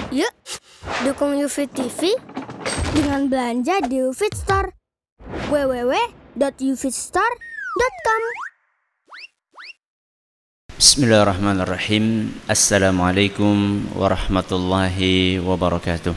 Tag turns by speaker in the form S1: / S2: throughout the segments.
S1: Yuk, dukung UFIT TV dengan belanja di UFIT Store. www.ufitstore.com.
S2: Bismillahirrahmanirrahim. Assalamualaikum warahmatullahi wabarakatuh.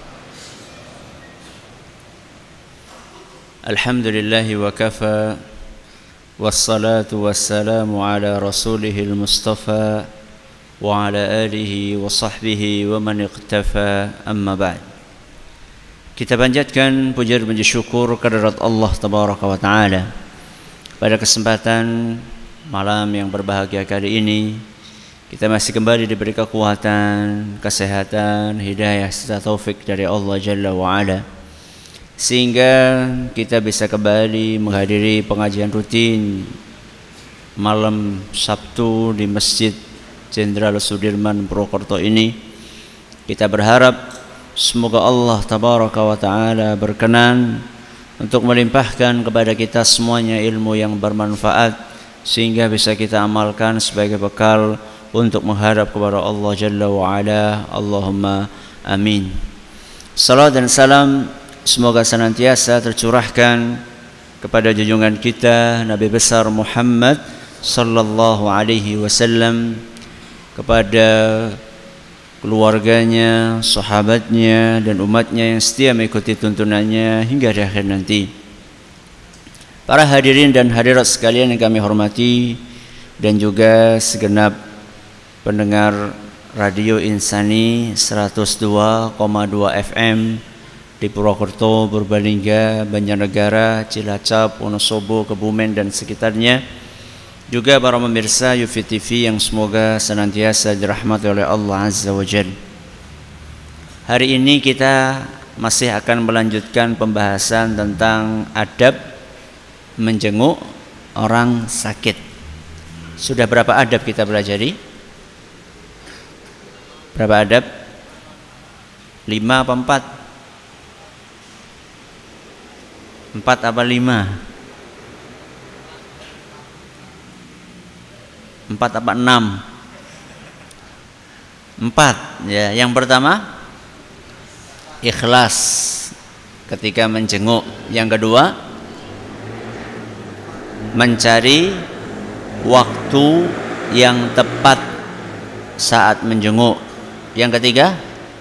S2: Alhamdulillahi wa kafa, wassalatu wassalamu ala rasulihil mustafa wa ala alihi wa sahbihi wa man iqtafa, amma ba'd. Kita panjatkan puja dan puji syukur kehadirat Allah tabaraka wa ta'ala. Pada kesempatan malam yang berbahagia kali ini, kita masih kembali diberi kekuatan, kesehatan, hidayah serta taufik dari Allah Jalla wa Ala, sehingga kita bisa kembali menghadiri pengajian rutin malam Sabtu di Masjid Jenderal Sudirman Purwokerto ini. Kita berharap semoga Allah tabaraka wa ta'ala berkenan untuk melimpahkan kepada kita semuanya ilmu yang bermanfaat, sehingga bisa kita amalkan sebagai bekal untuk menghadap kepada Allah Jalla wa Ala. Allahumma amin. Salam dan salam semoga senantiasa tercurahkan kepada junjungan kita Nabi besar Muhammad sallallahu alaihi wasallam, kepada keluarganya, sahabatnya dan umatnya yang setia mengikuti tuntunannya hingga di akhir nanti. Para hadirin dan hadirat sekalian yang kami hormati, dan juga segenap pendengar Radio Insani 102,2 FM di Purwokerto, Purbalingga, Banjarnegara, Cilacap, Wonosobo, Kebumen dan sekitarnya. Juga para pemirsa UFIT TV yang semoga senantiasa dirahmati oleh Allah Azza wa Jalla. Hari ini kita masih akan melanjutkan pembahasan tentang adab menjenguk orang sakit. Sudah berapa adab kita pelajari? Berapa adab? 5 apa 4? 4 apa 5? 4 apa 6? 4 ya. Yang pertama, ikhlas ketika menjenguk. Yang kedua, mencari waktu yang tepat saat menjenguk. Yang ketiga,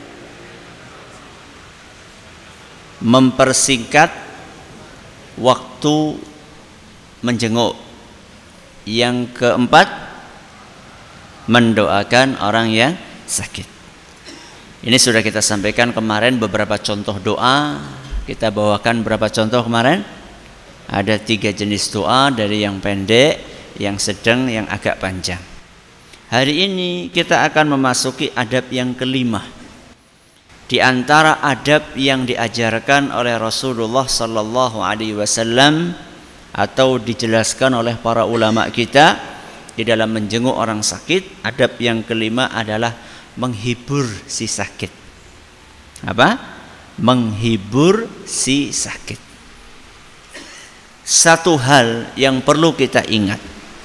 S2: mempersingkat waktu menjenguk. Yang keempat, mendoakan orang yang sakit. Ini sudah kita sampaikan kemarin beberapa contoh doa. Kita bawakan berapa contoh kemarin? Ada 3 jenis doa, dari yang pendek, yang sedang, yang agak panjang. Hari ini kita akan memasuki adab yang kelima. Di antara adab yang diajarkan oleh Rasulullah sallallahu alaihi wasallam atau dijelaskan oleh para ulama kita di dalam menjenguk orang sakit, adab yang kelima adalah menghibur si sakit. Apa? Menghibur si sakit. Satu hal yang perlu kita ingat,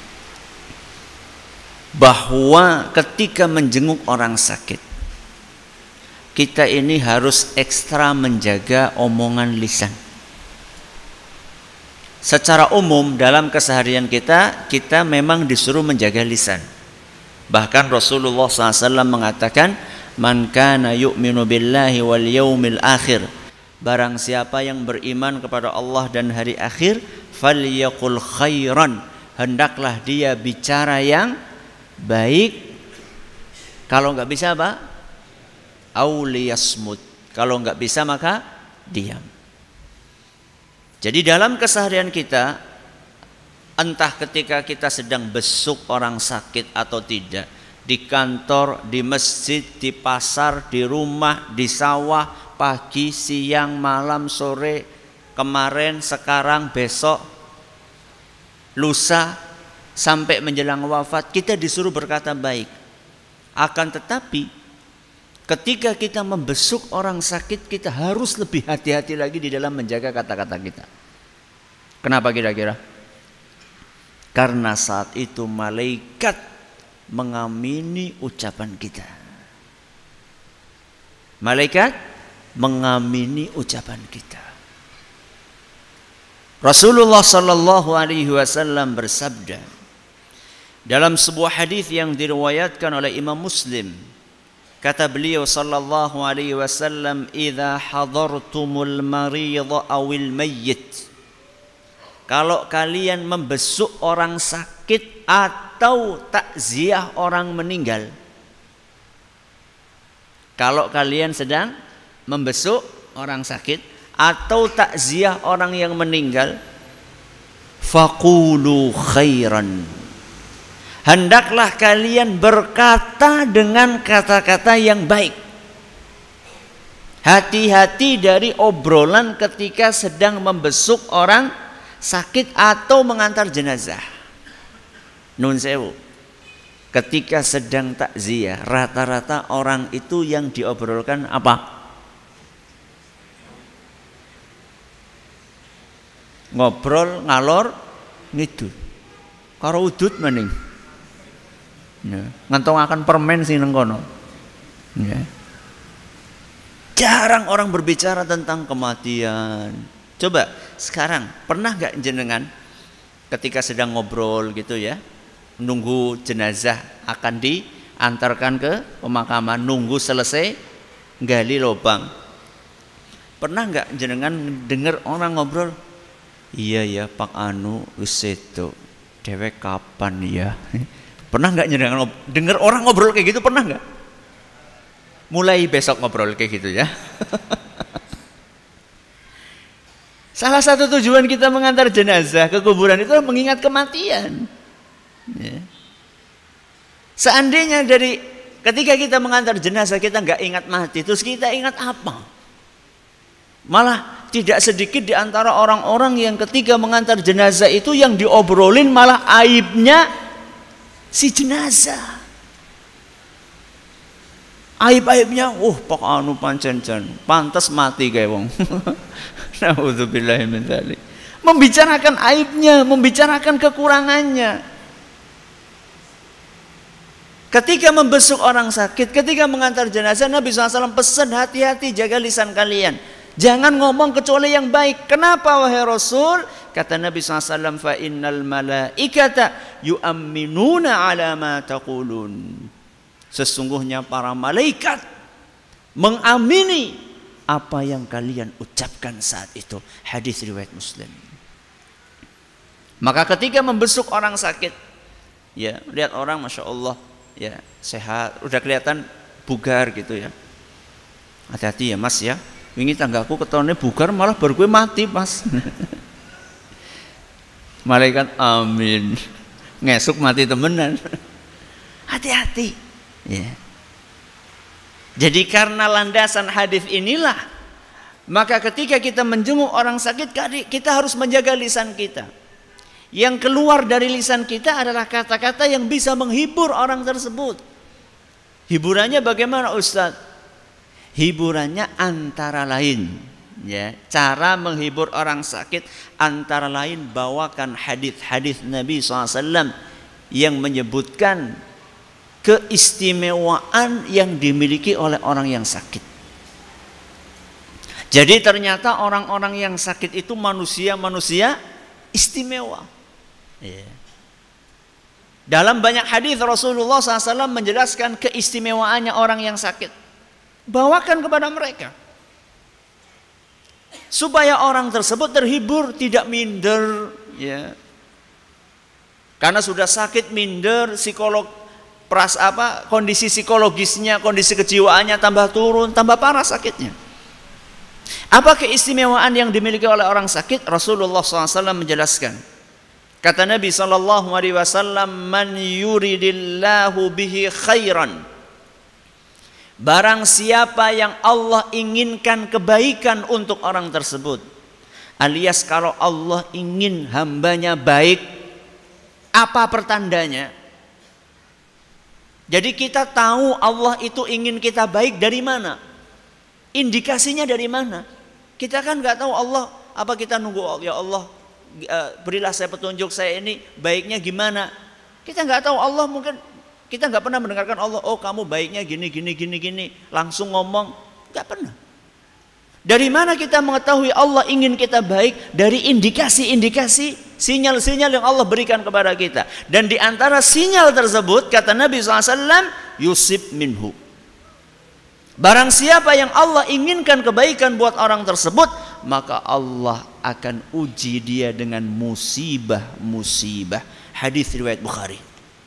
S2: bahwa ketika menjenguk orang sakit, kita ini harus ekstra menjaga omongan lisan. Secara umum dalam keseharian kita memang disuruh menjaga lisan. Bahkan Rasulullah SAW mengatakan, man kana yu'minu billahi wal yaumil akhir, barang siapa yang beriman kepada Allah dan hari akhir, falyaqul khairan, hendaklah dia bicara yang baik. Kalau enggak bisa apa? Auliyasmut, kalau enggak bisa maka diam. Jadi dalam keseharian kita, entah ketika kita sedang besuk orang sakit atau tidak, di kantor, di masjid, di pasar, di rumah, di sawah, pagi, siang, malam, sore, kemarin, sekarang, besok, lusa, sampai menjelang wafat, kita disuruh berkata baik. Akan tetapi ketika kita membesuk orang sakit, kita harus lebih hati-hati lagi di dalam menjaga kata-kata kita. Kenapa kira-kira? Karena saat itu malaikat mengamini ucapan kita. Malaikat mengamini ucapan kita. Rasulullah sallallahu alaihi wasallam bersabda dalam sebuah hadis yang diriwayatkan oleh Imam Muslim, kata beliau sallallahu alaihi wasallam, "Idza hadartumul maridha awil mayyit." Kalau kalian membesuk orang sakit atau takziah orang meninggal. Kalau kalian sedang membesuk orang sakit atau takziah orang yang meninggal, faqulu khairan. Hendaklah kalian berkata dengan kata-kata yang baik. Hati-hati dari obrolan ketika sedang membesuk orang sakit atau mengantar jenazah. Nun sewu. Ketika sedang takziah, rata-rata orang itu yang diobrolkan apa? Ngobrol ngalor ngidul. Karo udut maning. Ya, ngantongaken permen sing nang kono. Ya. Jarang orang berbicara tentang kematian. Coba sekarang pernah nggak jenengan ketika sedang ngobrol gitu ya, nunggu jenazah akan diantarkan ke pemakaman, nunggu selesai gali lubang. Pernah nggak jenengan dengar orang ngobrol? Iya ya Pak Anu wis sedo. Dewek kapan ya? Pernah nggak jenengan dengar orang ngobrol kayak gitu? Pernah nggak? Mulai besok ngobrol kayak gitu ya. Salah satu tujuan kita mengantar jenazah ke kuburan itu mengingat kematian. Ya. Seandainya dari ketika kita mengantar jenazah kita nggak ingat mati, terus kita ingat apa? Malah tidak sedikit di antara orang-orang yang ketika mengantar jenazah itu yang diobrolin malah aibnya si jenazah. Aib-aibnya, Pak Anu pancen pantas mati kayak wong. Nauzubillahi min dzalik. Membicarakan aibnya, membicarakan kekurangannya. Ketika membesuk orang sakit, ketika mengantar jenazah, Nabi SAW pesan hati-hati jaga lisan kalian. Jangan ngomong kecuali yang baik. Kenapa wahai Rasul? Kata Nabi SAW, fa innal malaikata yu'amminuna ala ma taqulun. Sesungguhnya para malaikat mengamini apa yang kalian ucapkan saat itu. Hadis riwayat Muslim. Maka ketika membesuk orang sakit, ya lihat orang masya Allah, ya sehat, udah kelihatan bugar gitu ya. Hati-hati ya Mas ya. Wingi tanggaku ketone bugar malah baru gue mati Mas. Malaikat amin. Ngesuk mati temenan. Hati-hati. Ya. Jadi karena landasan hadis inilah, maka ketika kita menjenguk orang sakit, kita harus menjaga lisan kita. Yang keluar dari lisan kita adalah kata-kata yang bisa menghibur orang tersebut. Hiburannya bagaimana Ustaz? Hiburannya antara lain, ya, cara menghibur orang sakit antara lain bawakan hadis-hadis Nabi SAW yang menyebutkan keistimewaan yang dimiliki oleh orang yang sakit. Jadi ternyata orang-orang yang sakit itu manusia-manusia istimewa. Ya. Dalam banyak hadis Rasulullah SAW menjelaskan keistimewaannya orang yang sakit. Bawakan kepada mereka supaya orang tersebut terhibur, tidak minder, ya. Karena sudah sakit minder, kondisi psikologisnya, kondisi kejiwaannya tambah turun, tambah parah sakitnya. Apa keistimewaan yang dimiliki oleh orang sakit? Rasulullah SAW menjelaskan. Kata Nabi SAW, man yuridillahu bihi khairan. Barang siapa yang Allah inginkan kebaikan untuk orang tersebut. Alias kalau Allah ingin hambanya baik, apa pertandanya? Jadi kita tahu Allah itu ingin kita baik dari mana? Indikasinya dari mana? Kita kan nggak tahu Allah. Apa kita nunggu ya Allah berilah saya petunjuk, saya ini baiknya gimana? Kita nggak tahu Allah, mungkin kita nggak pernah mendengarkan Allah. Oh kamu baiknya gini. Langsung ngomong Enggak pernah. Dari mana kita mengetahui Allah ingin kita baik? Dari indikasi-indikasi, sinyal-sinyal yang Allah berikan kepada kita. Dan di antara sinyal tersebut, kata Nabi SAW, yusib minhu. Barang siapa yang Allah inginkan kebaikan buat orang tersebut, maka Allah akan uji dia dengan musibah-musibah. Hadis riwayat Bukhari.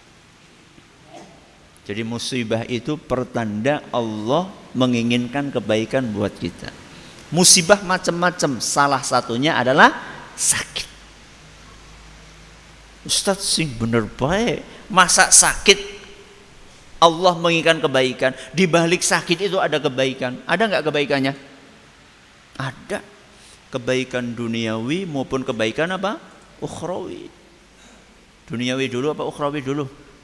S2: Jadi musibah itu pertanda Allah menginginkan kebaikan buat kita. Musibah macam-macam, salah satunya adalah sakit. Ustadz sing bener baik, masa sakit Allah menginginkan kebaikan? Di balik sakit itu ada kebaikan. Ada nggak kebaikannya? Ada. Kebaikan duniawi maupun kebaikan apa? Ukhrawi. Duniawi dulu apa ukhrawi dulu?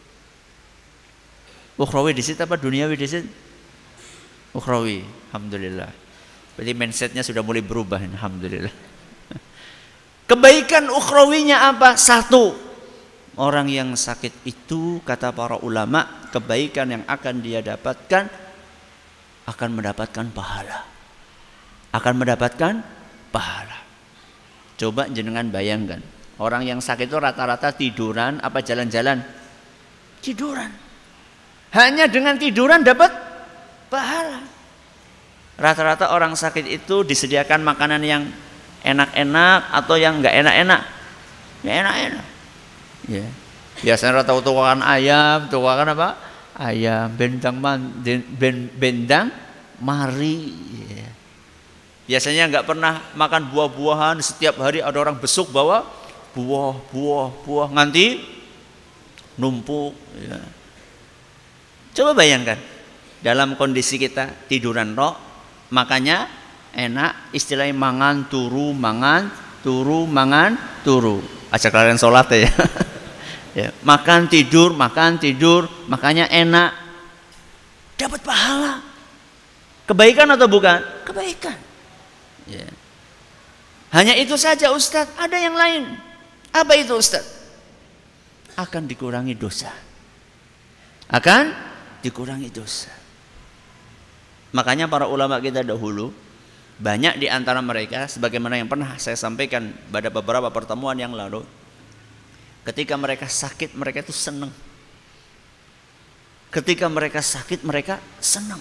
S2: Ukhrawi di situ apa duniawi di situ? Ukhrawi. Alhamdulillah. Berarti mindsetnya sudah mulai berubah, alhamdulillah. Kebaikan ukhrawinya apa? Satu, orang yang sakit itu kata para ulama, kebaikan yang akan dia dapatkan akan mendapatkan pahala. Akan mendapatkan pahala. Coba jenengan bayangkan, orang yang sakit itu rata-rata tiduran apa jalan-jalan? Tiduran. Hanya dengan tiduran dapat pahala. Rata-rata orang sakit itu disediakan makanan yang enak-enak atau yang enggak enak-enak. Enggak enak-enak. Ya. Biasanya rata-rata tukaran ayam, tukaran apa? Ayam, bendang mari. Ya. Biasanya enggak pernah makan buah-buahan, setiap hari ada orang besuk bawa buah nganti numpuk. Ya. Coba bayangkan, dalam kondisi kita tiduran roh, makanya enak, istilahnya mangan turu. Ajak kalian sholat ya. Ya, makan tidur, makanya enak. Dapat pahala. Kebaikan atau bukan? Kebaikan. Ya. Hanya itu saja Ustadz, ada yang lain. Apa itu Ustadz? Akan dikurangi dosa. Makanya para ulama kita dahulu, banyak di antara mereka, sebagaimana yang pernah saya sampaikan pada beberapa pertemuan yang lalu, ketika mereka sakit mereka itu senang. Ketika mereka sakit mereka senang.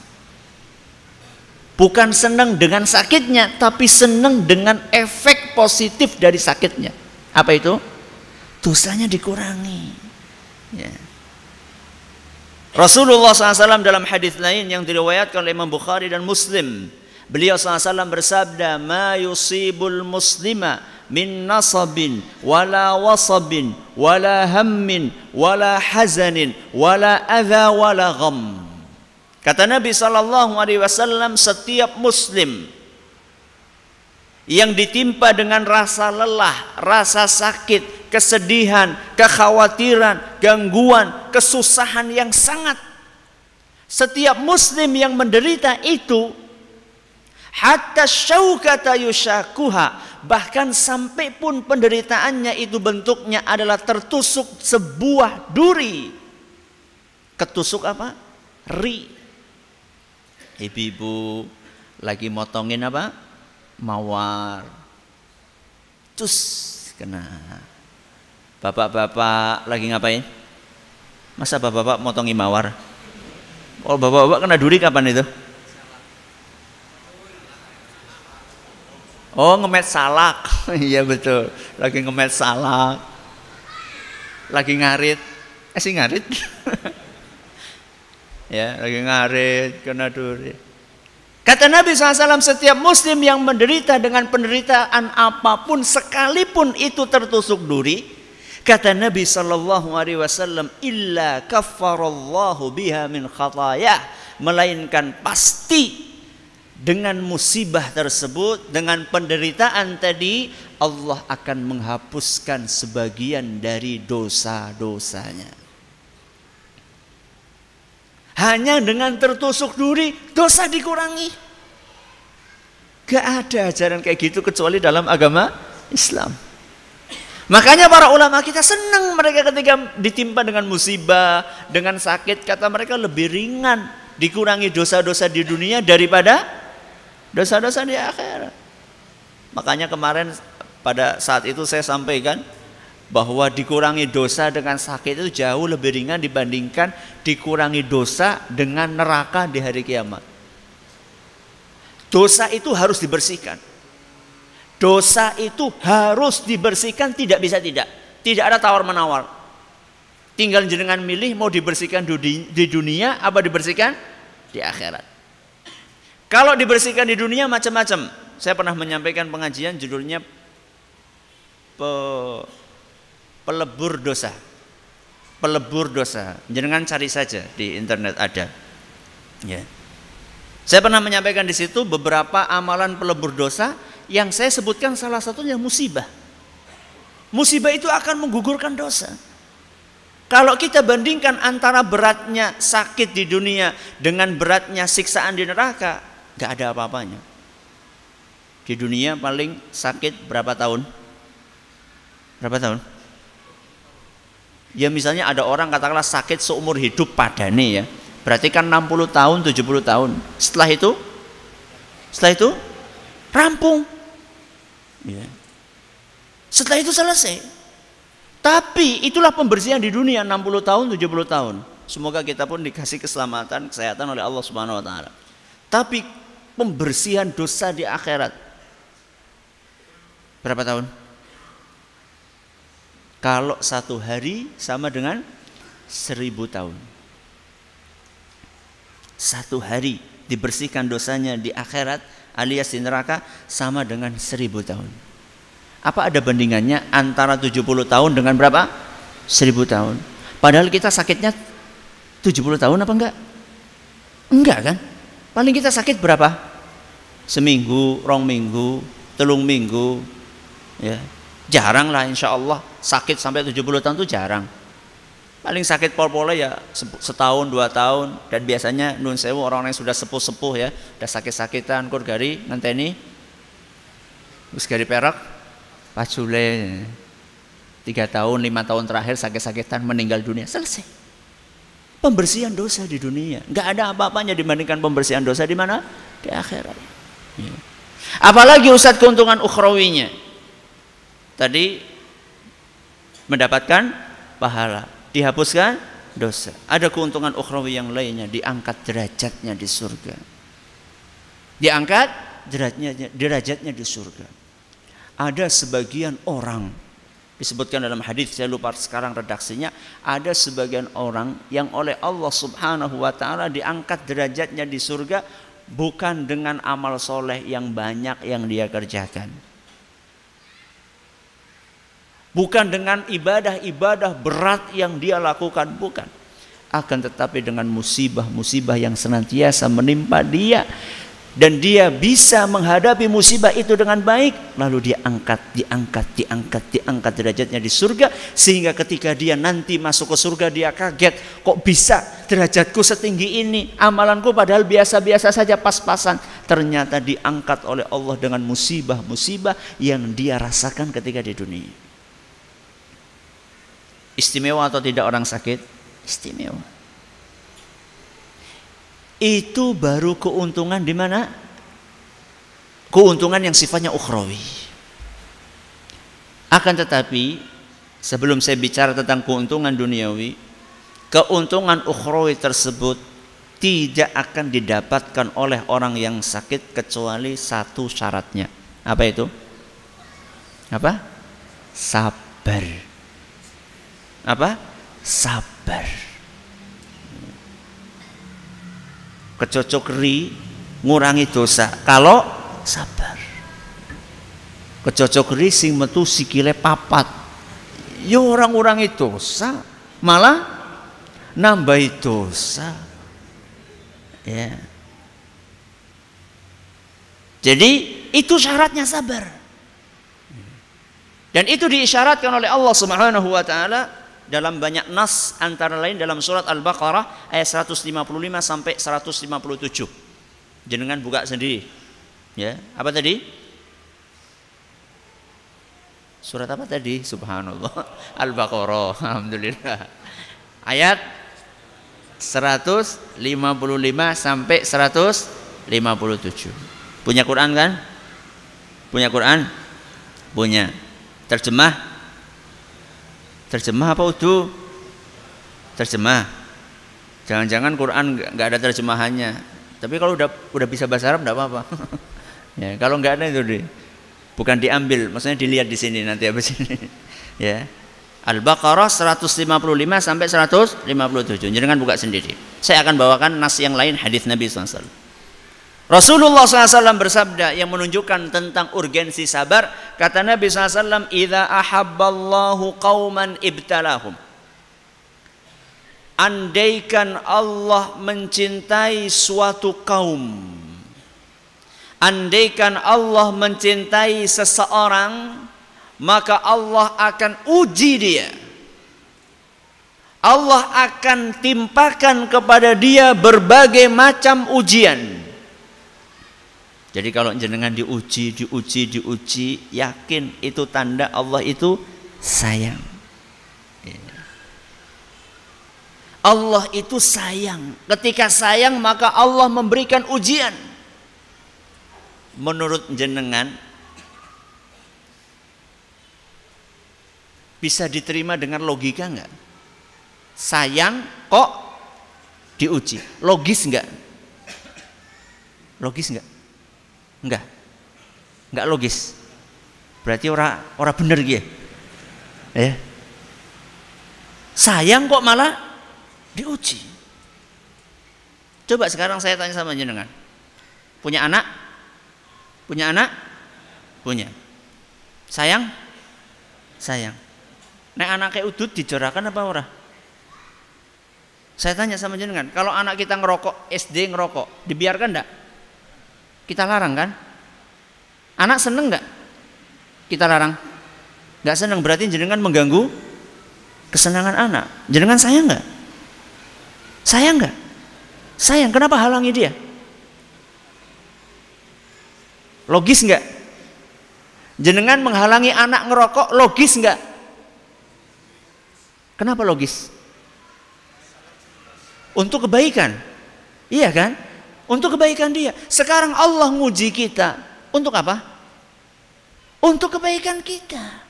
S2: Bukan senang dengan sakitnya, tapi senang dengan efek positif dari sakitnya. Apa itu? Dosanya dikurangi. Ya. Rasulullah SAW dalam hadis lain yang diriwayatkan oleh Imam Bukhari dan Muslim, beliau SAW bersabda, "Ma yusibul muslima min nasabin wala wasabin wala hammin wala hazanin wala adha wala gham." Kata Nabi SAW, setiap muslim yang ditimpa dengan rasa lelah, rasa sakit, kesedihan, kekhawatiran, gangguan, kesusahan yang sangat, setiap muslim yang menderita itu, hatta syaukata yushakuha, bahkan sampai pun penderitaannya itu bentuknya adalah tertusuk sebuah duri. Ketusuk apa? Ri. Ibu-ibu lagi motongin apa? Mawar. Cus kena. Bapak-bapak lagi ngapain? Masa bapak-bapak motongi mawar? Kalau bapak-bapak kena duri kapan itu? Oh, ngemet salak. Iya betul. Lagi ngemet salak. Lagi ngarit. Sih ngarit. Ya, lagi ngarit kena duri. Kata Nabi SAW, setiap muslim yang menderita dengan penderitaan apapun, sekalipun itu tertusuk duri, kata Nabi SAW, illa kaffarallahu biha min khatayah, melainkan pasti dengan musibah tersebut, dengan penderitaan tadi, Allah akan menghapuskan sebagian dari dosa-dosanya. Hanya dengan tertusuk duri, dosa dikurangi. Gak ada ajaran kayak gitu kecuali dalam agama Islam. Makanya para ulama kita senang mereka ketika ditimpa dengan musibah, dengan sakit, kata mereka lebih ringan dikurangi dosa-dosa di dunia daripada Dosa-dosa di akhirat. Makanya kemarin pada saat itu saya sampaikan bahwa dikurangi dosa dengan sakit itu jauh lebih ringan dibandingkan dikurangi dosa dengan neraka di hari kiamat. Dosa itu harus dibersihkan. Dosa itu harus dibersihkan, tidak bisa tidak. Tidak ada tawar-menawar. Tinggal jenengan milih mau dibersihkan di dunia apa dibersihkan di akhirat. Kalau dibersihkan di dunia macam-macam. Saya pernah menyampaikan pengajian judulnya pelebur dosa. Pelebur dosa. Jangan cari saja di internet ada. Ya. Saya pernah menyampaikan di situ beberapa amalan pelebur dosa yang saya sebutkan salah satunya musibah. Musibah itu akan menggugurkan dosa. Kalau kita bandingkan antara beratnya sakit di dunia dengan beratnya siksaan di neraka, gak ada apa-apanya. Di dunia paling sakit berapa tahun? Berapa tahun? Ya misalnya ada orang katakanlah sakit seumur hidup padane ya. Berarti kan 60 tahun, 70 tahun. Setelah itu rampung. Ya. Setelah itu selesai. Tapi itulah pembersihan di dunia 60 tahun, 70 tahun. Semoga kita pun dikasih keselamatan, kesehatan oleh Allah Subhanahu wa taala. Tapi pembersihan dosa di akhirat berapa tahun? Kalau 1 hari sama dengan 1000 tahun. 1 hari dibersihkan dosanya di akhirat alias di neraka sama dengan 1000 tahun. Apa ada bandingannya antara 70 tahun dengan berapa? 1000 tahun. Padahal kita sakitnya 70 tahun apa enggak? Enggak kan? Paling kita sakit berapa? Seminggu, 2 minggu, 3 minggu. Ya. Jarang lah insya Allah sakit sampai 70 tahun itu jarang. Paling sakit pol-polnya ya setahun 2 tahun. Dan biasanya nun sewu orang yang sudah sepuh-sepuh ya, udah sakit-sakitan kur gari ngenteni wis gari perak pacule 3 tahun 5 tahun terakhir sakit-sakitan meninggal dunia, selesai. Pembersihan dosa di dunia nggak ada apa-apanya dibandingkan pembersihan dosa di mana? Di akhirat. Ya. Apalagi Ustadz keuntungan ukhrawinya tadi mendapatkan pahala, dihapuskan dosa. Ada keuntungan ukhrawi yang lainnya, diangkat derajatnya di surga. Diangkat derajatnya di surga. Ada sebagian orang, disebutkan dalam hadis, saya lupa sekarang redaksinya, ada sebagian orang yang oleh Allah Subhanahu wa taala diangkat derajatnya di surga bukan dengan amal soleh yang banyak yang dia kerjakan. Bukan dengan ibadah-ibadah berat yang dia lakukan, bukan. Akan tetapi dengan musibah-musibah yang senantiasa menimpa dia. Dan dia bisa menghadapi musibah itu dengan baik. Lalu dia diangkat derajatnya di surga. Sehingga ketika dia nanti masuk ke surga dia kaget. Kok bisa derajatku setinggi ini? Amalanku padahal biasa-biasa saja, pas-pasan. Ternyata diangkat oleh Allah dengan musibah-musibah yang dia rasakan ketika di dunia. Istimewa atau tidak orang sakit? Istimewa. Itu baru keuntungan di mana? Keuntungan yang sifatnya ukhrawi. Akan tetapi sebelum saya bicara tentang keuntungan duniawi, keuntungan ukhrawi tersebut tidak akan didapatkan oleh orang yang sakit kecuali satu syaratnya. Apa itu? Apa? Sabar. Apa? Sabar. Kecocok ri ngurangi dosa kalau sabar. Kecocok ri sing metu sikile papat yo orang-ngurangi dosa malah nambahi dosa ya. Jadi itu syaratnya sabar. Dan itu diisyaratkan oleh Allah Subhanahu wa taala dalam banyak nas, antara lain dalam surat Al-Baqarah ayat 155 sampai 157. Jenengan buka sendiri. Ya, apa tadi? Surat apa tadi? Subhanallah. Al-Baqarah. Alhamdulillah. Ayat 155 sampai 157. Punya Quran kan? Punya Quran? Punya. Terjemah? Terjemah apa udu? Terjemah. Jangan-jangan Quran nggak ada terjemahannya. Tapi kalau udah bisa bahasa Arab enggak apa-apa. Ya, kalau nggak ada itu bukan diambil, maksudnya dilihat di sini nanti habis ini. Ya. Al-Baqarah 155 sampai 157. Jangan buka sendiri. Saya akan bawakan nas yang lain hadis Nabi SAW. Rasulullah SAW bersabda yang menunjukkan tentang urgensi sabar. Kata Nabi SAW, "Idza ahabballahu qauman ibtalahum." Andaikan Allah mencintai suatu kaum, andaikan Allah mencintai seseorang, maka Allah akan uji dia. Allah akan timpakan kepada dia berbagai macam ujian. Jadi kalau jenengan diuji, yakin itu tanda Allah itu sayang. Allah itu sayang. Ketika sayang maka Allah memberikan ujian. Menurut jenengan bisa diterima dengan logika enggak? Sayang kok diuji. Logis enggak? Logis enggak? Enggak logis. Berarti ora bener gitu. Ya. Sayang kok malah diuji. Coba sekarang saya tanya sama jenengan. Punya anak? Punya anak? Punya. Sayang? Sayang. Nek anak kayak udut dijorakan apa ora? Saya tanya sama jenengan, kalau anak kita ngerokok, SD ngerokok, dibiarkan enggak? Kita larang kan? Anak seneng enggak? Kita larang. Enggak seneng, berarti jenengan mengganggu kesenangan anak. Jenengan sayang enggak? Sayang enggak? Sayang, kenapa halangi dia? Logis enggak? Jenengan menghalangi anak ngerokok, logis enggak? Kenapa logis? Untuk kebaikan. Iya kan? Untuk kebaikan dia. Sekarang Allah nguji kita. Untuk apa? Untuk kebaikan kita.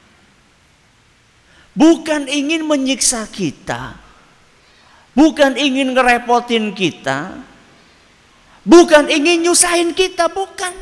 S2: Bukan ingin menyiksa kita. Bukan ingin ngerepotin kita. Bukan ingin nyusahin kita. Bukan.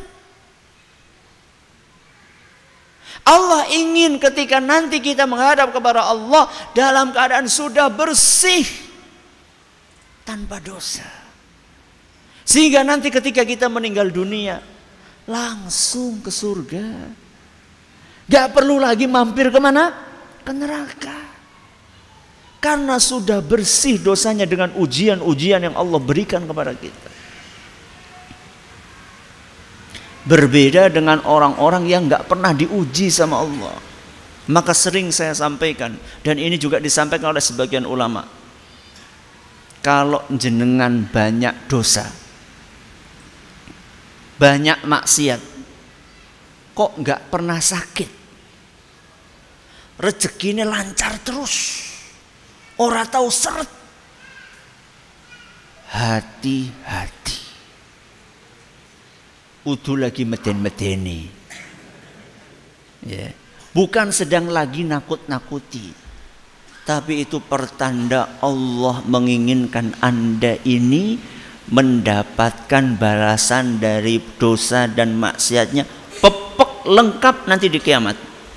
S2: Allah ingin ketika nanti kita menghadap kepada Allah dalam keadaan sudah bersih, tanpa dosa. Sehingga nanti ketika kita meninggal dunia langsung ke surga. Gak perlu lagi mampir kemana? Ke neraka. Karena sudah bersih dosanya dengan ujian-ujian yang Allah berikan kepada kita. Berbeda dengan orang-orang yang gak pernah diuji sama Allah. Maka sering saya sampaikan, dan ini juga disampaikan oleh sebagian ulama, kalau jenengan banyak dosa, banyak maksiat, kok gak pernah sakit, rezekinya lancar terus, ora tahu seret, hati-hati. Udu lagi meden-medeni. Ya. Bukan sedang lagi nakut-nakuti. Tapi itu pertanda Allah menginginkan Anda ini mendapatkan balasan dari dosa dan maksiatnya pepek lengkap nanti di kiamat.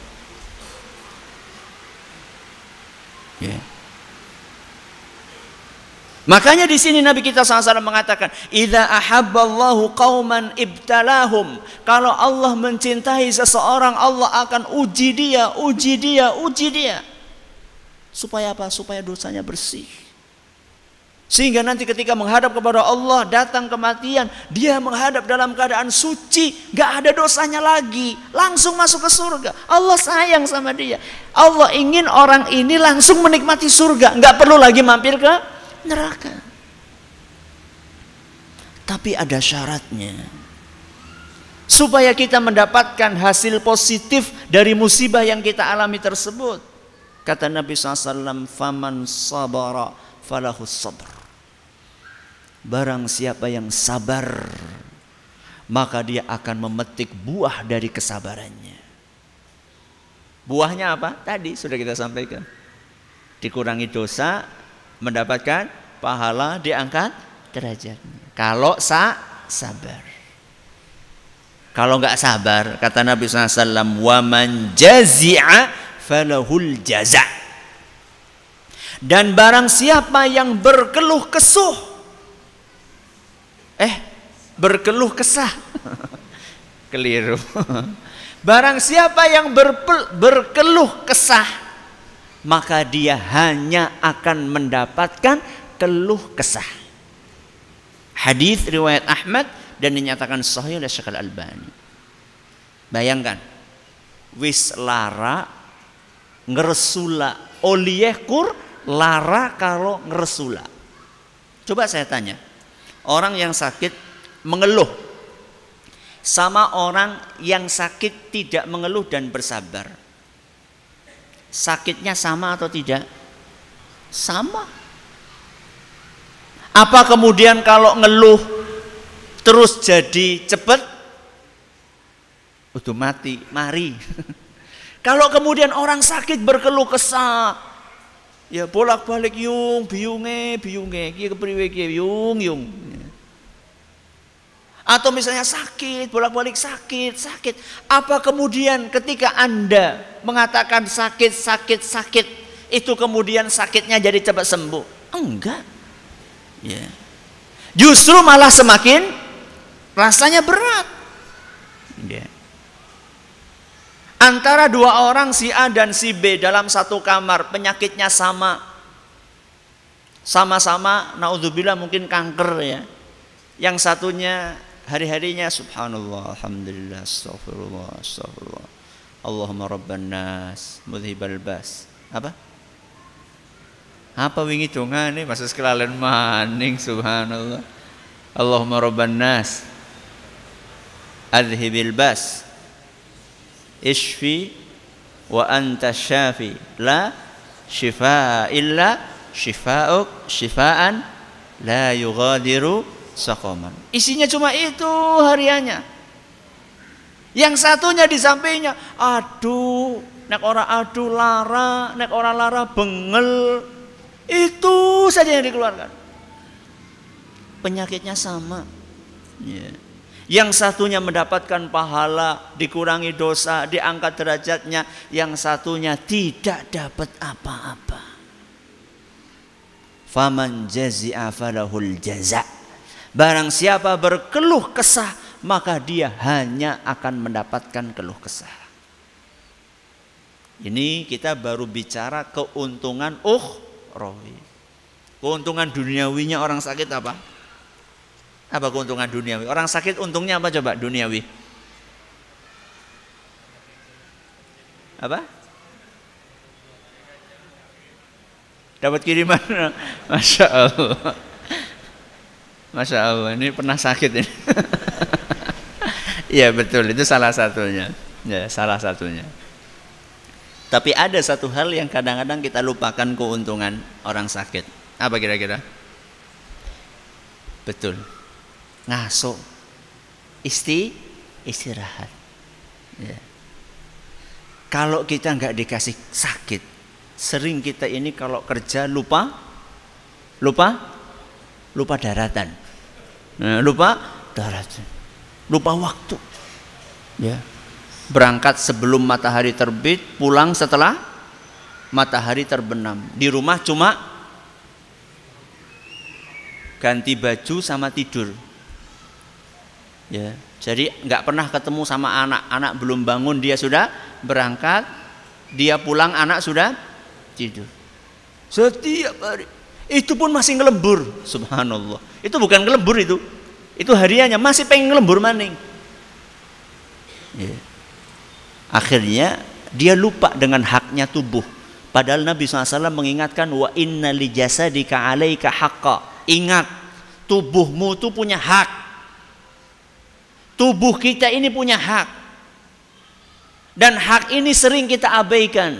S2: Ya. Makanya di sini Nabi kita SAW mengatakan, "Idza ahabballahu qauman ibtalahum." Kalau Allah mencintai seseorang, Allah akan uji dia. Supaya apa? Supaya dosanya bersih. Sehingga nanti ketika menghadap kepada Allah, datang kematian, dia menghadap dalam keadaan suci, gak ada dosanya lagi, langsung masuk ke surga. Allah sayang sama dia. Allah ingin orang ini langsung menikmati surga, gak perlu lagi mampir ke neraka. Tapi ada syaratnya. Supaya kita mendapatkan hasil positif dari musibah yang kita alami tersebut. Kata Nabi SAW, "Faman sabara falahus sabr." Barang siapa yang sabar maka dia akan memetik buah dari kesabarannya. Buahnya apa? Tadi sudah kita sampaikan. Dikurangi dosa, mendapatkan pahala, diangkat derajatnya. Kalau sabar. Kalau nggak sabar, kata Nabi SAW, wa man jazi'a falahul jaza'. Dan barang siapa yang berkeluh kesah, berkeluh kesah, keliru. Barang siapa yang berkeluh kesah, maka dia hanya akan mendapatkan keluh kesah. Hadis riwayat Ahmad dan dinyatakan sahih oleh Syekh Al-Albani. Bayangkan, wis lara ngeresula oliyehkur lara kalau ngeresula. Coba saya tanya, orang yang sakit mengeluh sama orang yang sakit tidak mengeluh dan bersabar, sakitnya sama atau tidak? Sama. Apa kemudian kalau ngeluh terus jadi cepat? Udah mati, mari. Kalau kemudian orang sakit berkeluh kesah, ya bolak-balik biyunge, iki kepriwe iki yung. Atau misalnya sakit, bolak-balik sakit. Apa kemudian ketika Anda mengatakan sakit, itu kemudian sakitnya jadi cepat sembuh? Enggak. Ya. Justru malah semakin rasanya berat. Ya. Antara dua orang, si A dan si B, dalam satu kamar, penyakitnya sama-sama naudzubillah mungkin kanker ya. Yang satunya hari-harinya subhanallah, alhamdulillah, astagfirullah. Allahumma rabban nas, mudhibal bas. Apa wingi dongane maksud kelalen maning subhanallah. Allahumma rabban nas, adhibil bas, ishfi wa anta syafi, la shifaa illa shifaa'uk, shifaan la yughadiru saqaman. Isinya cuma itu hariannya. Yang satunya di sampingnya, aduh, nek ora aduh lara, nek ora lara bengel. Itu saja yang dikeluarkan. Penyakitnya sama. Yeah. Yang satunya mendapatkan pahala, dikurangi dosa, diangkat derajatnya. Yang satunya tidak dapat apa-apa. Faman jazi'a falahul jaza'. Barang siapa berkeluh kesah, maka dia hanya akan mendapatkan keluh kesah. Ini kita baru bicara keuntungan ukhrawi. Keuntungan duniawinya orang sakit apa? Apa keuntungan duniawi? Orang sakit untungnya apa coba duniawi? Apa? Dapat kiriman. Masya Allah. Masya Allah, ini pernah sakit ini. Iya betul, itu salah satunya. Ya, salah satunya. Tapi ada satu hal yang kadang-kadang kita lupakan keuntungan orang sakit. Apa kira-kira? Betul. Ngaso. Istirahat. Ya. Kalau kita nggak dikasih sakit, sering kita ini kalau kerja lupa daratan. Nah, lupa daratan. Lupa waktu. Ya. Berangkat sebelum matahari terbit, pulang setelah matahari terbenam. Di rumah cuma ganti baju sama tidur. Ya, jadi nggak pernah ketemu sama anak. Anak belum bangun dia sudah berangkat, dia pulang anak sudah tidur. Setiap hari. Itu pun masih ngelembur, subhanallah. Itu bukan ngelembur itu hariannya masih pengen ngelembur maning. Ya. Akhirnya dia lupa dengan haknya tubuh. Padahal Nabi SAW mengingatkan wa inna li jasadika alaika haqqa. Ingat, tubuhmu itu punya hak. Tubuh kita ini punya hak. Dan hak ini sering kita abaikan.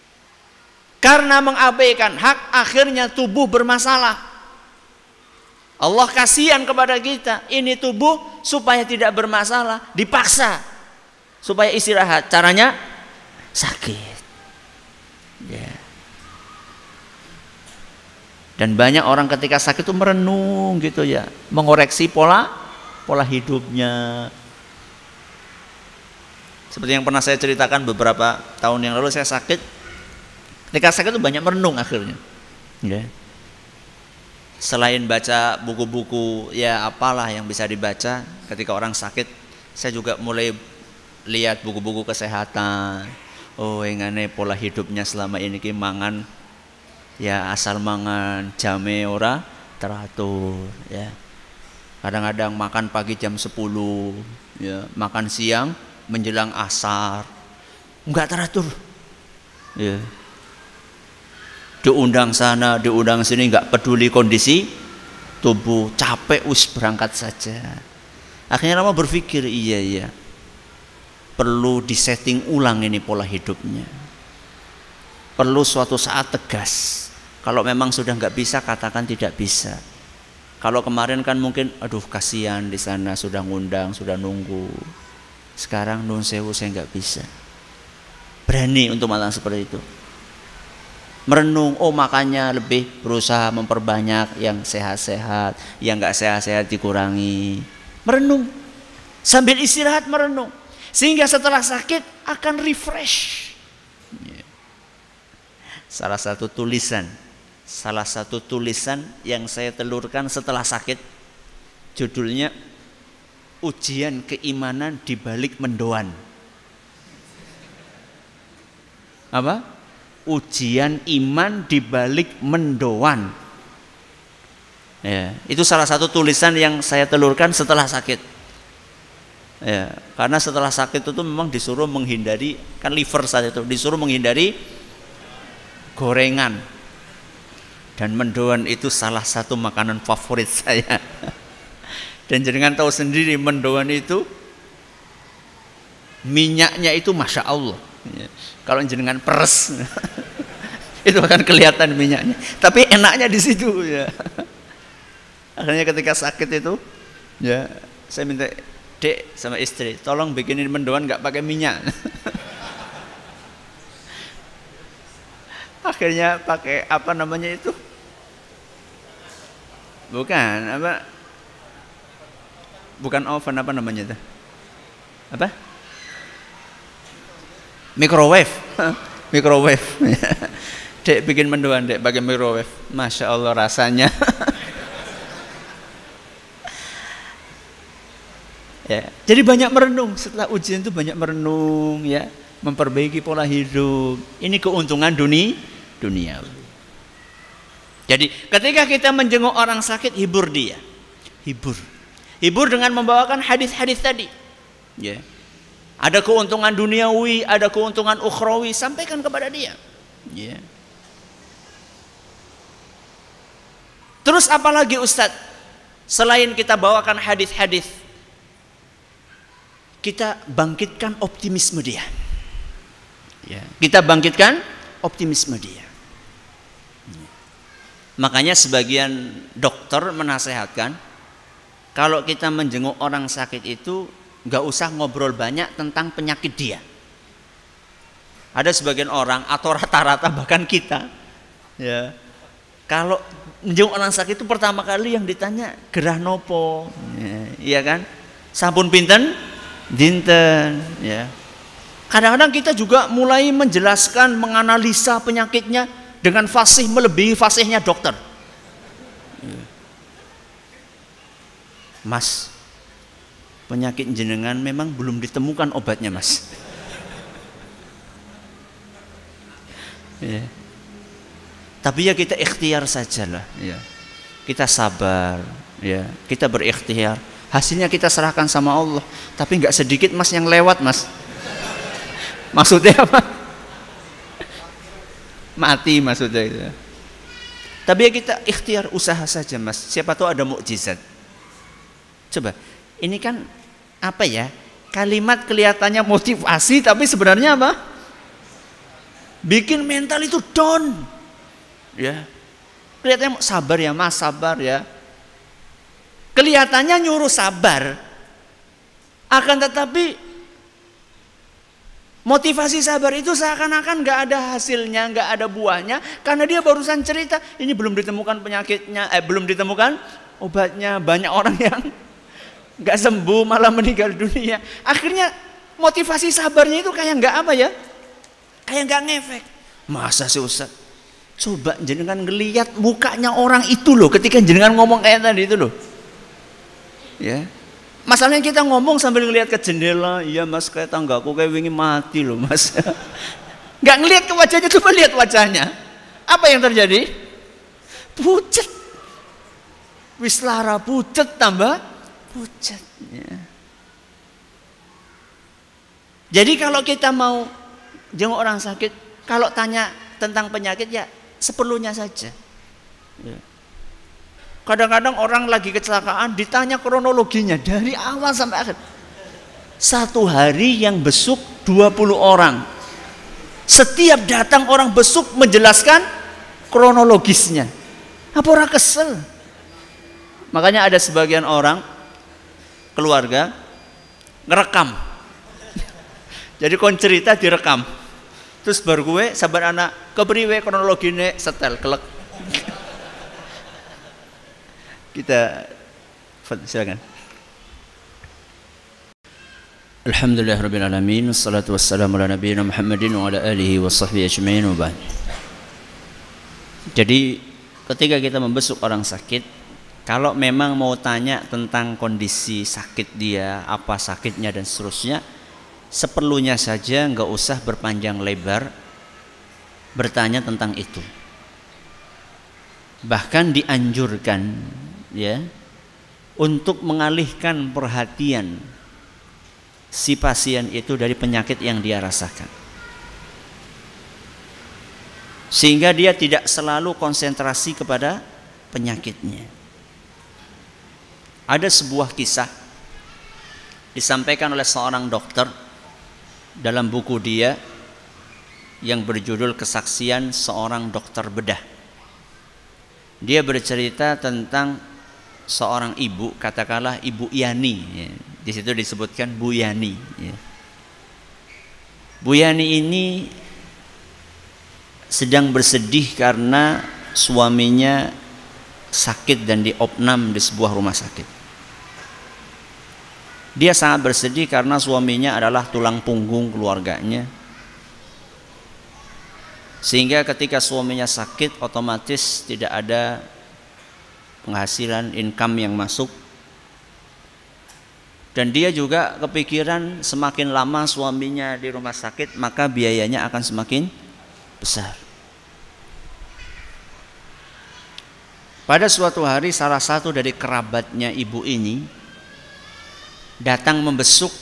S2: Karena mengabaikan hak, akhirnya tubuh bermasalah. Allah kasihan kepada kita. Ini tubuh supaya tidak bermasalah, dipaksa supaya istirahat. Caranya sakit. Ya. Dan banyak orang ketika sakit itu merenung gitu ya, mengoreksi pola hidupnya. Seperti yang pernah saya ceritakan beberapa tahun yang lalu, saya sakit. Ketika sakit itu banyak merenung akhirnya. Ya. Selain baca buku-buku ya apalah yang bisa dibaca ketika orang sakit, saya juga mulai lihat buku-buku kesehatan. Oh, engane pola hidupnya selama ini ki mangan ya asal mangan, jame ora teratur ya. Kadang-kadang makan pagi jam 10 ya, makan siang menjelang asar. Enggak teratur. Ya. Diundang sana, diundang sini, enggak peduli kondisi tubuh, capek berangkat saja. Akhirnya lama berpikir, iya. Perlu disetting ulang ini pola hidupnya. Perlu suatu saat tegas. Kalau memang sudah nggak bisa, katakan tidak bisa. Kalau kemarin kan mungkin, aduh kasihan di sana sudah ngundang, sudah nunggu. Sekarang nun sewu saya nggak bisa. Berani untuk melakukan seperti itu. Merenung, oh makanya lebih berusaha memperbanyak yang sehat-sehat, yang nggak sehat-sehat dikurangi. Merenung, sambil istirahat merenung. Sehingga setelah sakit akan refresh. Salah satu tulisan yang saya telurkan setelah sakit, judulnya Ujian Keimanan di Balik Mendoan. Apa? Ujian iman di balik mendoan. Ya, itu salah satu tulisan yang saya telurkan setelah sakit. Ya, karena setelah sakit itu memang disuruh menghindari, kan liver saat itu disuruh menghindari gorengan. Dan mendoan itu salah satu makanan favorit saya. Dan jenengan tahu sendiri mendoan itu minyaknya itu masya Allah. Ya. Kalau jenengan peres itu akan kelihatan minyaknya. Tapi enaknya di situ ya. Akhirnya ketika sakit itu, ya saya minta Dek sama istri, tolong bikinin mendoan nggak pakai minyak. Akhirnya pakai apa namanya itu? Bukan oven, apa namanya itu? Apa? Microwave. Microwave. Dek bikin mendoan, Dek pakai microwave. Masya Allah rasanya. Ya, jadi banyak merenung setelah ujian itu, banyak merenung ya, memperbaiki pola hidup. Ini keuntungan dunia. Jadi ketika kita menjenguk orang sakit, hibur dia. Hibur dengan membawakan hadis-hadis tadi. Ya. Ada keuntungan duniawi, ada keuntungan ukhrawi, sampaikan kepada dia. Ya. Terus apalagi Ustadz? Selain kita bawakan hadis-hadis, kita bangkitkan optimisme dia. Ya, kita bangkitkan optimisme dia. Ya. Makanya sebagian dokter menasehatkan, kalau kita menjenguk orang sakit itu nggak usah ngobrol banyak tentang penyakit dia. Ada sebagian orang atau rata-rata bahkan kita, ya, kalau menjenguk orang sakit itu pertama kali yang ditanya gerah nopo, ya, iya kan? Sampun pinten? Dinten, ya. Kadang-kadang kita juga mulai menjelaskan, menganalisa penyakitnya dengan fasih melebihi fasihnya dokter. Mas, penyakit jenengan memang belum ditemukan obatnya, Mas. Ya. Tapi ya kita ikhtiar sajalah, ya. Kita sabar, ya. Kita berikhtiar. Hasilnya kita serahkan sama Allah. Tapi nggak sedikit Mas yang lewat, Mas. Maksudnya apa? Mati maksudnya itu. Tapi ya kita ikhtiar, usaha saja, Mas. Siapa tahu ada mukjizat. Coba, ini kan apa ya? Kalimat kelihatannya motivasi, tapi sebenarnya apa? Bikin mental itu down. Ya. Kelihatannya sabar ya, Mas, sabar ya. Kelihatannya nyuruh sabar, akan tetapi motivasi sabar itu seakan-akan nggak ada hasilnya, nggak ada buahnya, karena dia barusan cerita ini belum ditemukan penyakitnya, belum ditemukan obatnya, banyak orang yang nggak sembuh malah meninggal dunia. Akhirnya motivasi sabarnya itu kayak nggak apa ya, kayak nggak ngefek. Masa sih Ustaz? Coba jenengan ngelihat mukanya orang itu loh, ketika jenengan ngomong kayak tadi itu loh. Ya, masalahnya kita ngomong sambil ngelihat ke jendela. Iya mas, kayak tanggaku kayak wingi mati loh mas. Nggak ngelihat ke wajahnya, coba lihat wajahnya. Apa yang terjadi? Pucet. Wis lara pucet tambah pucet. Ya. Jadi kalau kita mau jenguk orang sakit, kalau tanya tentang penyakit ya seperlunya saja. Ya. Kadang-kadang orang lagi kecelakaan ditanya kronologinya dari awal sampai akhir. Satu hari yang besuk 20 orang. Setiap datang orang besuk menjelaskan kronologisnya. Apa orang kesel? Makanya ada sebagian orang keluarga ngerekam. Jadi kon cerita direkam. Terus baru gue sabar anak kepriwe kronologine setel kelek. Kita silakan. Alhamdulillahirabbil alamin, wassalatu wassalamu ala nabiyina Muhammadin wa ala alihi wa sahbihi ajmain wa ba'd. Jadi ketika kita membesuk orang sakit, kalau memang mau tanya tentang kondisi sakit dia, apa sakitnya dan seterusnya, seperlunya saja, nggak usah berpanjang lebar bertanya tentang itu. Bahkan dianjurkan ya untuk mengalihkan perhatian si pasien itu dari penyakit yang dia rasakan, sehingga dia tidak selalu konsentrasi kepada penyakitnya. Ada sebuah kisah disampaikan oleh seorang dokter dalam buku dia yang berjudul Kesaksian Seorang Dokter Bedah. Dia bercerita tentang seorang ibu, katakanlah Ibu Yani, ya. Di situ disebutkan Bu Yani, ya. Bu Yani ini sedang bersedih karena suaminya sakit dan diopnam di sebuah rumah sakit. Dia sangat bersedih karena suaminya adalah tulang punggung keluarganya, sehingga ketika suaminya sakit otomatis tidak ada penghasilan, income yang masuk. Dan dia juga kepikiran semakin lama suaminya di rumah sakit maka biayanya akan semakin besar. Pada suatu hari salah satu dari kerabatnya ibu ini datang membesuk,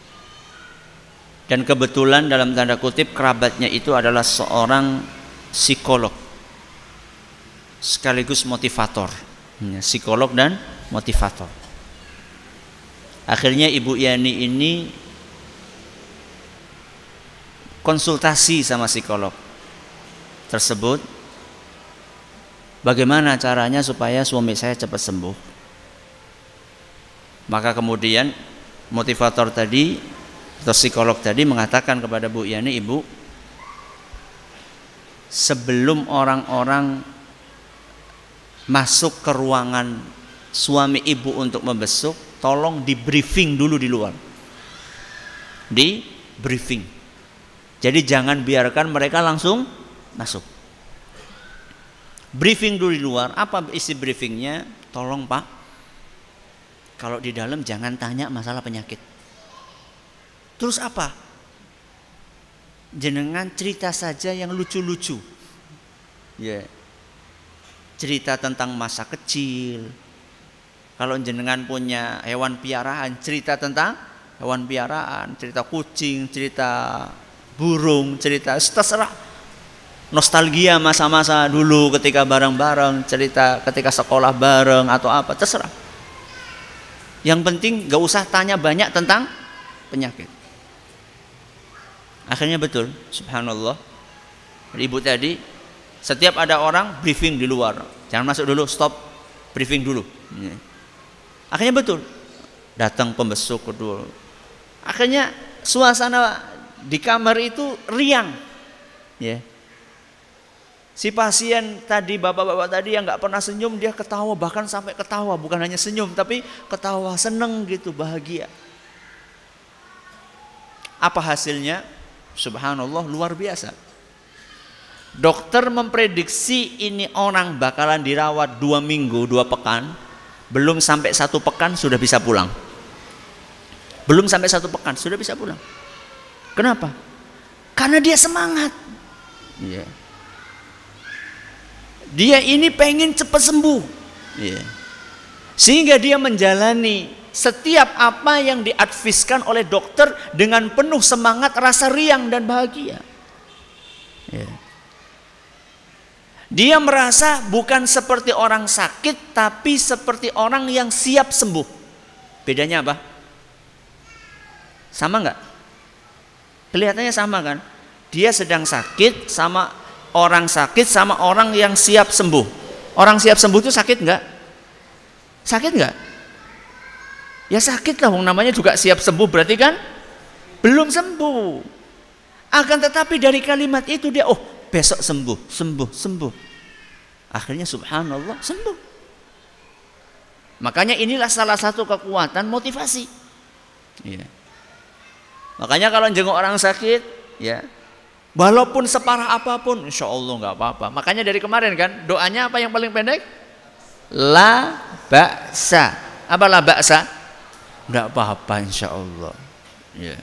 S2: dan kebetulan dalam tanda kutip kerabatnya itu adalah seorang psikolog sekaligus motivator. Psikolog dan motivator. Akhirnya Ibu Yani ini konsultasi sama psikolog tersebut, bagaimana caranya supaya suami saya cepat sembuh. Maka kemudian motivator tadi atau psikolog tadi mengatakan kepada Bu Yani, Ibu, sebelum orang-orang masuk ke ruangan suami ibu untuk membesuk, tolong di briefing dulu di luar. Di briefing. Jadi jangan biarkan mereka langsung masuk. Briefing dulu di luar. Apa isi briefingnya? Tolong Pak, kalau di dalam jangan tanya masalah penyakit. Terus apa? Jenengan cerita saja yang lucu-lucu. Ya. Cerita tentang masa kecil. Kalau jenengan punya hewan piaraan, cerita tentang hewan piaraan, cerita kucing, cerita burung, cerita terserah. Nostalgia masa-masa dulu ketika bareng-bareng, cerita ketika sekolah bareng atau apa, terserah. Yang penting gak usah tanya banyak tentang penyakit. Akhirnya betul, subhanallah. Ibu tadi setiap ada orang briefing di luar, jangan masuk dulu, stop, briefing dulu. Akhirnya betul, datang pembesuk kedua. Akhirnya suasana di kamar itu riang. Ya. Si pasien tadi, bapak-bapak tadi yang nggak pernah senyum, dia ketawa, bahkan sampai ketawa, bukan hanya senyum tapi ketawa, seneng gitu, bahagia. Apa hasilnya? Subhanallah, luar biasa. Dokter memprediksi ini orang bakalan dirawat 2 minggu, 2 pekan. Belum sampai 1 pekan sudah bisa pulang. Belum sampai 1 pekan sudah bisa pulang. Kenapa? Karena dia semangat. Yeah. Dia ini pengen cepat sembuh. Yeah. Sehingga dia menjalani setiap apa yang diadviskan oleh dokter dengan penuh semangat, rasa riang dan bahagia. Yeah. Dia merasa bukan seperti orang sakit, tapi seperti orang yang siap sembuh. Bedanya apa? Sama nggak? Kelihatannya sama kan? Dia sedang sakit sama orang sakit sama orang yang siap sembuh. Orang siap sembuh itu sakit nggak? Sakit nggak? Ya sakit lah, namanya juga siap sembuh, berarti kan belum sembuh. Akan tetapi dari kalimat itu dia, oh besok sembuh, sembuh, sembuh. Akhirnya subhanallah sembuh. Makanya inilah salah satu kekuatan motivasi. Ya. Makanya kalau jenguk orang sakit, ya, walaupun separah apapun, insya Allah nggak apa-apa. Makanya dari kemarin kan doanya apa yang paling pendek? La ba'sa. Apa la ba'sa? Nggak apa-apa insya Allah. Ya.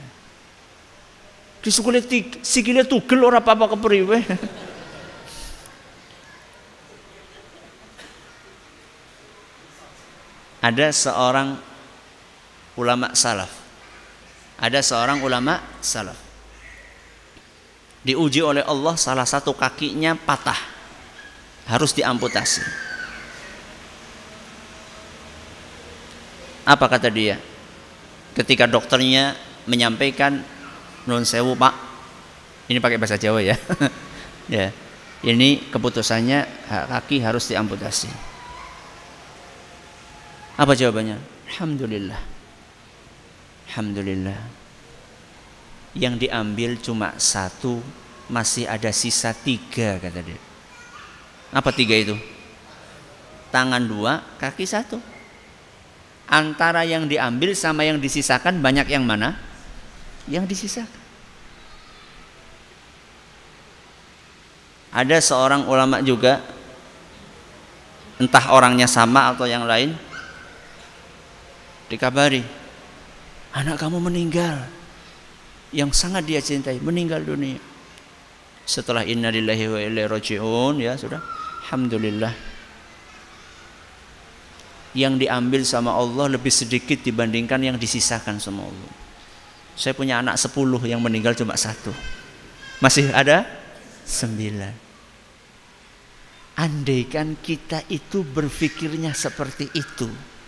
S2: Sikile tugel ora apa-apa kepriwe. Ada seorang ulama salaf. Ada seorang ulama salaf. Diuji oleh Allah, salah satu kakinya patah. Harus diamputasi. Apa kata dia? Ketika dokternya menyampaikan, nun sewu pak, ini pakai bahasa Jawa ya. Ya, ini keputusannya kaki harus diamputasi. Apa jawabannya? Alhamdulillah. Alhamdulillah. Yang diambil cuma 1, masih ada sisa 3 kata dia. Apa 3 itu? Tangan 2, kaki 1. Antara yang diambil sama yang disisakan banyak yang mana? Yang disisakan. Ada seorang ulama juga, entah orangnya sama atau yang lain, dikabari, anak kamu meninggal, yang sangat dia cintai, meninggal dunia. Setelah innalillahi wa ilaihi raji'un, ya sudah, alhamdulillah. Yang diambil sama Allah lebih sedikit dibandingkan yang disisakan sama Allah. Saya punya anak 10, yang meninggal cuma 1, masih ada 9. Andaikan kita itu berpikirnya seperti itu,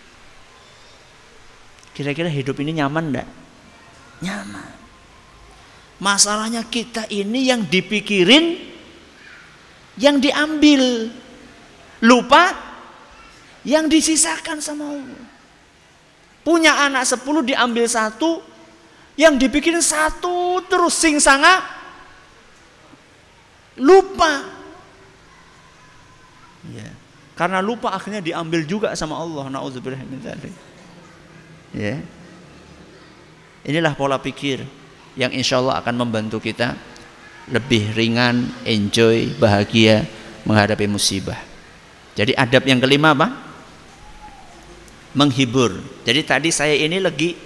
S2: kira-kira hidup ini nyaman enggak? Nyaman. Masalahnya kita ini yang dipikirin, yang diambil, lupa yang disisakan sama Allah. Punya anak 10 diambil 1, yang dipikirin 1 terus singsanga, lupa. Ya. Karena lupa akhirnya diambil juga sama Allah. Nauzubillah min dzalik. Ya. Inilah pola pikir yang insya Allah akan membantu kita lebih ringan, enjoy, bahagia menghadapi musibah. Jadi adab yang kelima apa? Menghibur. Jadi tadi saya ini lagi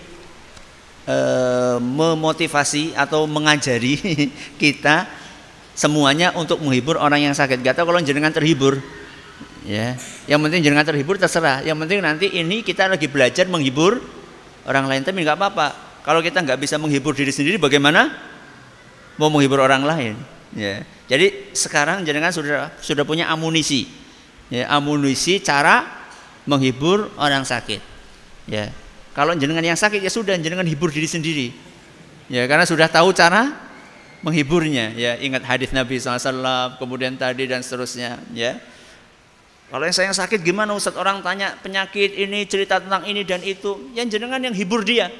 S2: memotivasi atau mengajari kita semuanya untuk menghibur orang yang sakit. Gak tahu kalau jenengan terhibur, ya. Yang penting jenengan terhibur terserah. Yang penting nanti ini kita lagi belajar menghibur orang lain, tapi nggak apa-apa. Kalau kita nggak bisa menghibur diri sendiri, bagaimana mau menghibur orang lain? Ya. Jadi sekarang jenengan sudah punya amunisi, ya, amunisi cara menghibur orang sakit. Ya. Kalau jenengan yang sakit ya sudah jenengan hibur diri sendiri. Ya, karena sudah tahu cara menghiburnya. Ya, ingat hadis Nabi SAW, kemudian tadi dan seterusnya. Ya. Kalau yang saya sakit gimana Ustaz? Orang tanya penyakit ini, cerita tentang ini dan itu, yang jenengan yang hibur dia.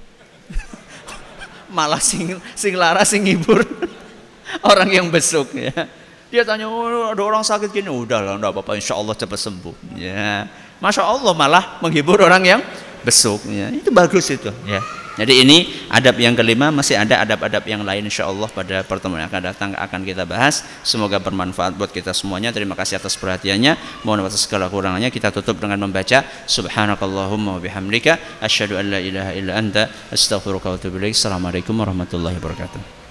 S2: Malah sing lara sing hibur orang yang besuk ya. Dia tanya, oh, ada orang sakit gini, udahlah, enggak apa-apa, insya Allah cepat sembuh. Ya, masya Allah malah menghibur orang yang besuk. Ya, itu bagus itu. Ya. Jadi ini adab yang kelima, masih ada adab-adab yang lain insya Allah pada pertemuan yang akan datang akan kita bahas. Semoga bermanfaat buat kita semuanya. Terima kasih atas perhatiannya. Mohon maaf atas segala kurangannya. Kita tutup dengan membaca Subhanakallahumma wa bihamdika asyhadu an la ilaha illa anta astaghfiruka wa atubu ilaik. Assalamualaikum warahmatullahi wabarakatuh.